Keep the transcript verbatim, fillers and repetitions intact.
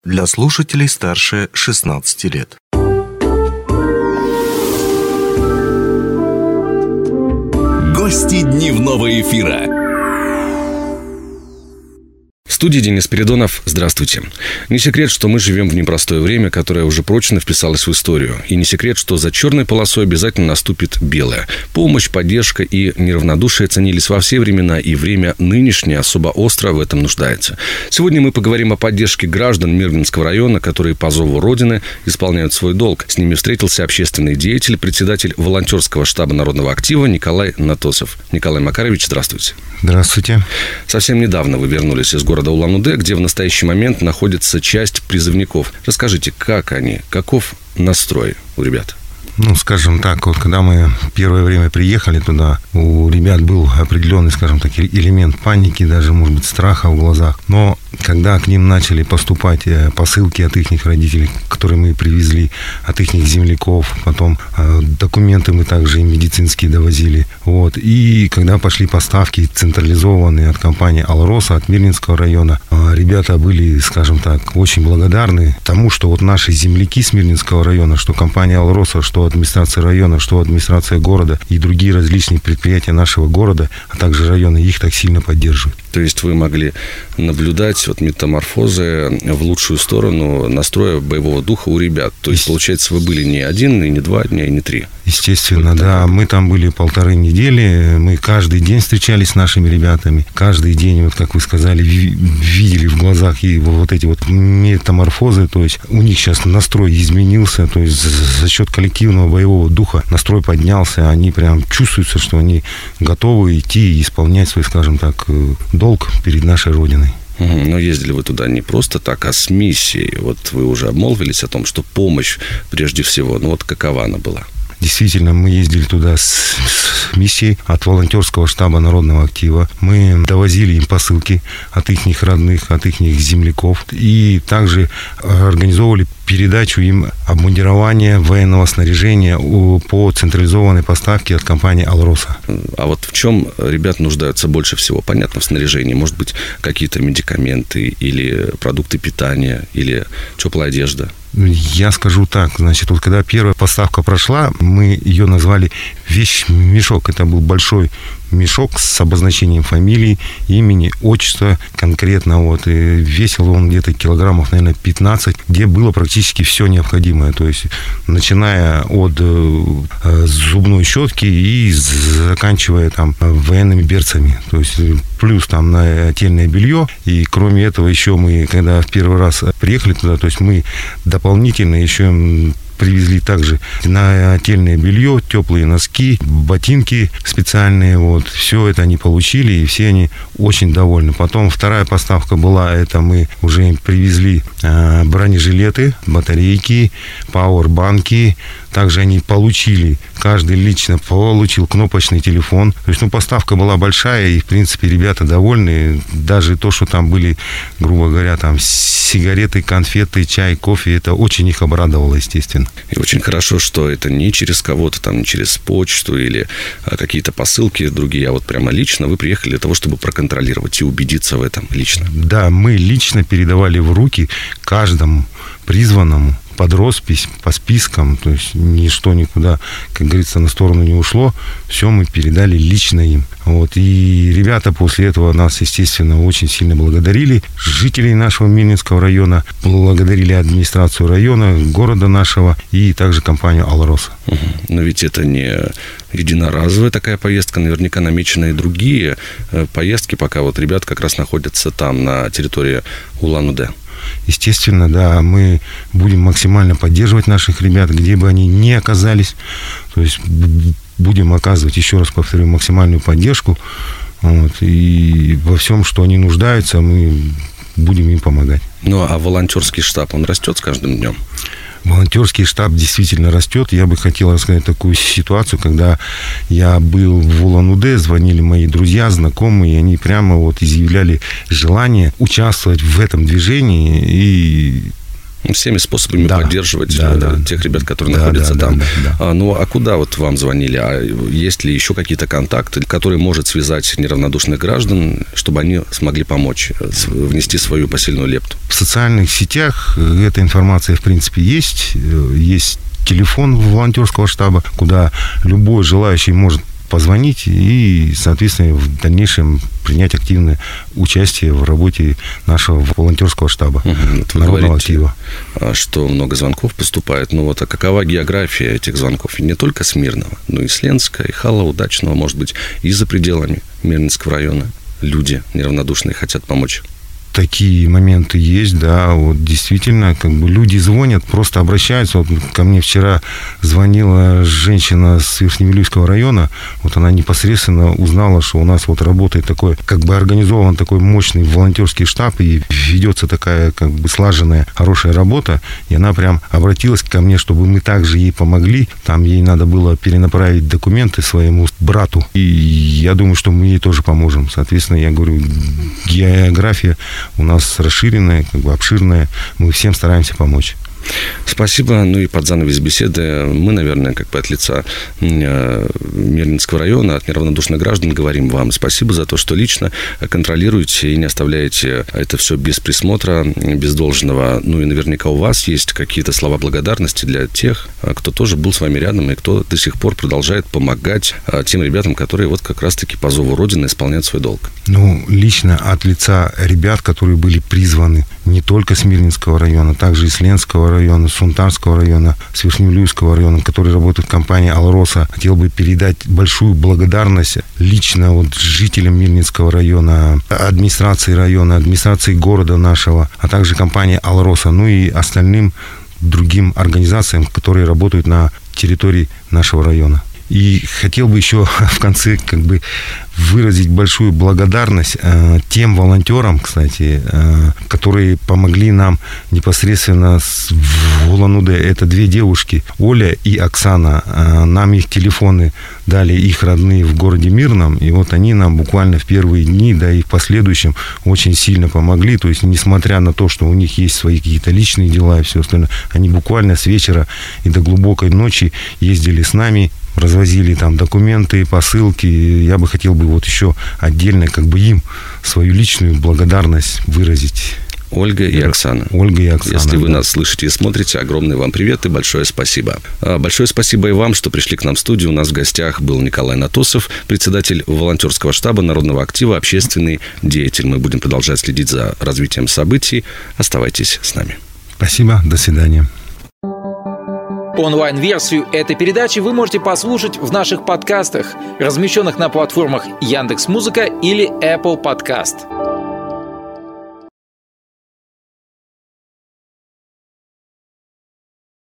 для слушателей старше шестнадцати лет. Гости дневного эфира. В студии Денис Спиридонов. Здравствуйте. Не секрет, что мы живем в непростое время, которое уже прочно вписалось в историю. И не секрет, что за черной полосой обязательно наступит белая. Помощь, поддержка и неравнодушие ценились во все времена, и время нынешнее особо остро в этом нуждается. Сегодня мы поговорим о поддержке граждан Мирнинского района, которые по зову Родины исполняют свой долг. С ними встретился общественный деятель, председатель волонтерского штаба Народного актива Николай Натосов. Николай Макарович, здравствуйте. Здравствуйте. Совсем недавно вы вернулись из города Улан-Удэ, где в настоящий момент находится часть призывников. Расскажите, как они, каков настрой у ребят? Ну, скажем так, вот когда мы первое время приехали туда, у ребят был определенный, скажем так, элемент паники, даже, может быть, страха в глазах. Но когда к ним начали поступать посылки от их родителей, которые мы привезли, от их земляков, потом документы мы также и медицинские довозили. Вот. И когда пошли поставки централизованные от компании «Алроса», от Мирнинского района, ребята были, скажем так, очень благодарны тому, что вот наши земляки с Мирнинского района, что компания «Алроса», что администрация района, что администрация города и другие различные предприятия нашего города, а также района, их так сильно поддерживают. То есть вы могли наблюдать вот метаморфозы в лучшую сторону настроя боевого духа у ребят. То есть, получается, вы были не один, и не два дня, и не три. Естественно, Сколько да. Там? Мы там были полторы недели. Мы каждый день встречались с нашими ребятами. Каждый день, вот как вы сказали, видели в глазах и вот эти вот метаморфозы. То есть у них сейчас настрой изменился. То есть за счет коллективного боевого духа настрой поднялся. Они прям чувствуются, что они готовы идти и исполнять свой, скажем так, долг перед нашей Родиной. Угу. Но ездили вы туда не просто так, а с миссией. Вот вы уже обмолвились о том, что помощь прежде всего. Ну вот какова она была? Действительно, мы ездили туда с, с миссией от волонтерского штаба Народного актива. Мы довозили им посылки от их родных, от их земляков. И также организовывали передачу им обмундирования военного снаряжения по централизованной поставке от компании «Алроса». А вот в чем ребят нуждаются больше всего? Понятно, в снаряжении. Может быть, какие-то медикаменты или продукты питания, или теплая одежда? Я скажу так, значит, вот когда первая поставка прошла, мы ее назвали «Вещмешок». Это был большой мешок с обозначением фамилии, имени, отчества конкретно. Вот. И весил он где-то килограммов, наверное, пятнадцать, где было практически все необходимое. То есть, начиная от э, зубной щетки и заканчивая там военными берцами. То есть, плюс там нательное белье. И кроме этого еще мы, когда в первый раз приехали туда, то есть мы дополнительно еще привезли также нательное белье, теплые носки, ботинки специальные. Вот. Все это они получили, и все они очень довольны. Потом вторая поставка была, это мы уже им привезли э, бронежилеты, батарейки, пауэрбанки. Также они получили, каждый лично получил кнопочный телефон. То есть, ну, поставка была большая, и, в принципе, ребята довольны. Даже то, что там были, грубо говоря, там сигареты, конфеты, чай, кофе, это очень их обрадовало, естественно. И очень хорошо, что это не через кого-то, там, не через почту или а, какие-то посылки другие, а вот прямо лично вы приехали для того, чтобы проконтролировать и убедиться в этом лично. Да, мы лично передавали в руки каждому призванному под роспись, по спискам, то есть ничто никуда, как говорится, на сторону не ушло, все мы передали лично им. Вот. И ребята после этого нас, естественно, очень сильно благодарили. Жителей нашего Мирнинского района благодарили администрацию района, города нашего и также компанию «Алроса». Угу. Но ведь это не единоразовая такая поездка, наверняка намечены и другие поездки, пока вот ребят как раз находятся там, на территории Улан-Удэ. Естественно, да, мы будем максимально поддерживать наших ребят, где бы они ни оказались. То есть будем оказывать, еще раз повторю, максимальную поддержку. Вот, и во всем, что они нуждаются, мы будем им помогать. Ну, а волонтерский штаб, он растет с каждым днем? Волонтерский штаб действительно растет. Я бы хотел рассказать такую ситуацию, когда я был в Улан-Удэ, звонили мои друзья, знакомые, и они прямо вот изъявляли желание участвовать в этом движении и всеми способами да. поддерживать да, да. тех ребят, которые да, находятся да, там. Да, да, да. А, ну, а куда вот вам звонили? А есть ли еще какие-то контакты, которые может связать неравнодушных граждан, чтобы они смогли помочь, внести свою посильную лепту? В социальных сетях эта информация, в принципе, есть. Есть телефон волонтерского штаба, куда любой желающий может позвонить и, соответственно, в дальнейшем принять активное участие в работе нашего волонтерского штаба, угу, вот народного актива. Что много звонков поступает. Ну вот, а какова география этих звонков? И не только с Мирного, но и с Ленска, и Хала, Удачного, может быть, и за пределами Мирнинского района. Люди неравнодушные хотят помочь. Такие моменты есть, да, вот действительно, как бы люди звонят, просто обращаются. Вот ко мне вчера звонила женщина с Верхневилюйского района, вот она непосредственно узнала, что у нас вот работает такой, как бы организован такой мощный волонтерский штаб, и ведется такая, как бы, слаженная, хорошая работа, и она прям обратилась ко мне, чтобы мы также ей помогли. Там ей надо было перенаправить документы своему брату, и я думаю, что мы ей тоже поможем. Соответственно, я говорю, география у нас расширенная, как бы обширная. Мы всем стараемся помочь. Спасибо. Ну и под занавес беседы мы, наверное, как бы от лица Мирнинского района, от неравнодушных граждан говорим вам спасибо за то, что лично контролируете и не оставляете это все без присмотра, без должного. Ну и наверняка у вас есть какие-то слова благодарности для тех, кто тоже был с вами рядом и кто до сих пор продолжает помогать тем ребятам, которые вот как раз-таки по зову Родины исполняют свой долг. Ну, лично от лица ребят, которые были призваны не только с Мирнинского района, также и с Ленского района, района, Сунтарского района, с Верхневилюйского района, которые работают в компании «Алроса». Хотел бы передать большую благодарность лично вот жителям Мирнинского района, администрации района, администрации города нашего, а также компании «Алроса», ну и остальным другим организациям, которые работают на территории нашего района. И хотел бы еще в конце как бы выразить большую благодарность э, тем волонтерам, кстати, э, которые помогли нам непосредственно с, в Улан-Удэ. Это две девушки, Оля и Оксана. Э, нам их телефоны дали их родные в городе Мирном, и вот они нам буквально в первые дни, да и в последующем очень сильно помогли. То есть, несмотря на то, что у них есть свои какие-то личные дела и все остальное, они буквально с вечера и до глубокой ночи ездили с нами, развозили там документы, посылки. Я бы хотел бы вот еще отдельно как бы им свою личную благодарность выразить. Ольга и Оксана. Ольга и Оксана. Если вы да. нас слышите и смотрите, огромный вам привет и большое спасибо. Большое спасибо и вам, что пришли к нам в студию. У нас в гостях был Николай Натосов, председатель волонтерского штаба Народного актива, общественный деятель. Мы будем продолжать следить за развитием событий. Оставайтесь с нами. Спасибо. До свидания. Онлайн-версию этой передачи вы можете послушать в наших подкастах, размещенных на платформах Яндекс.Музыка или Apple Podcast.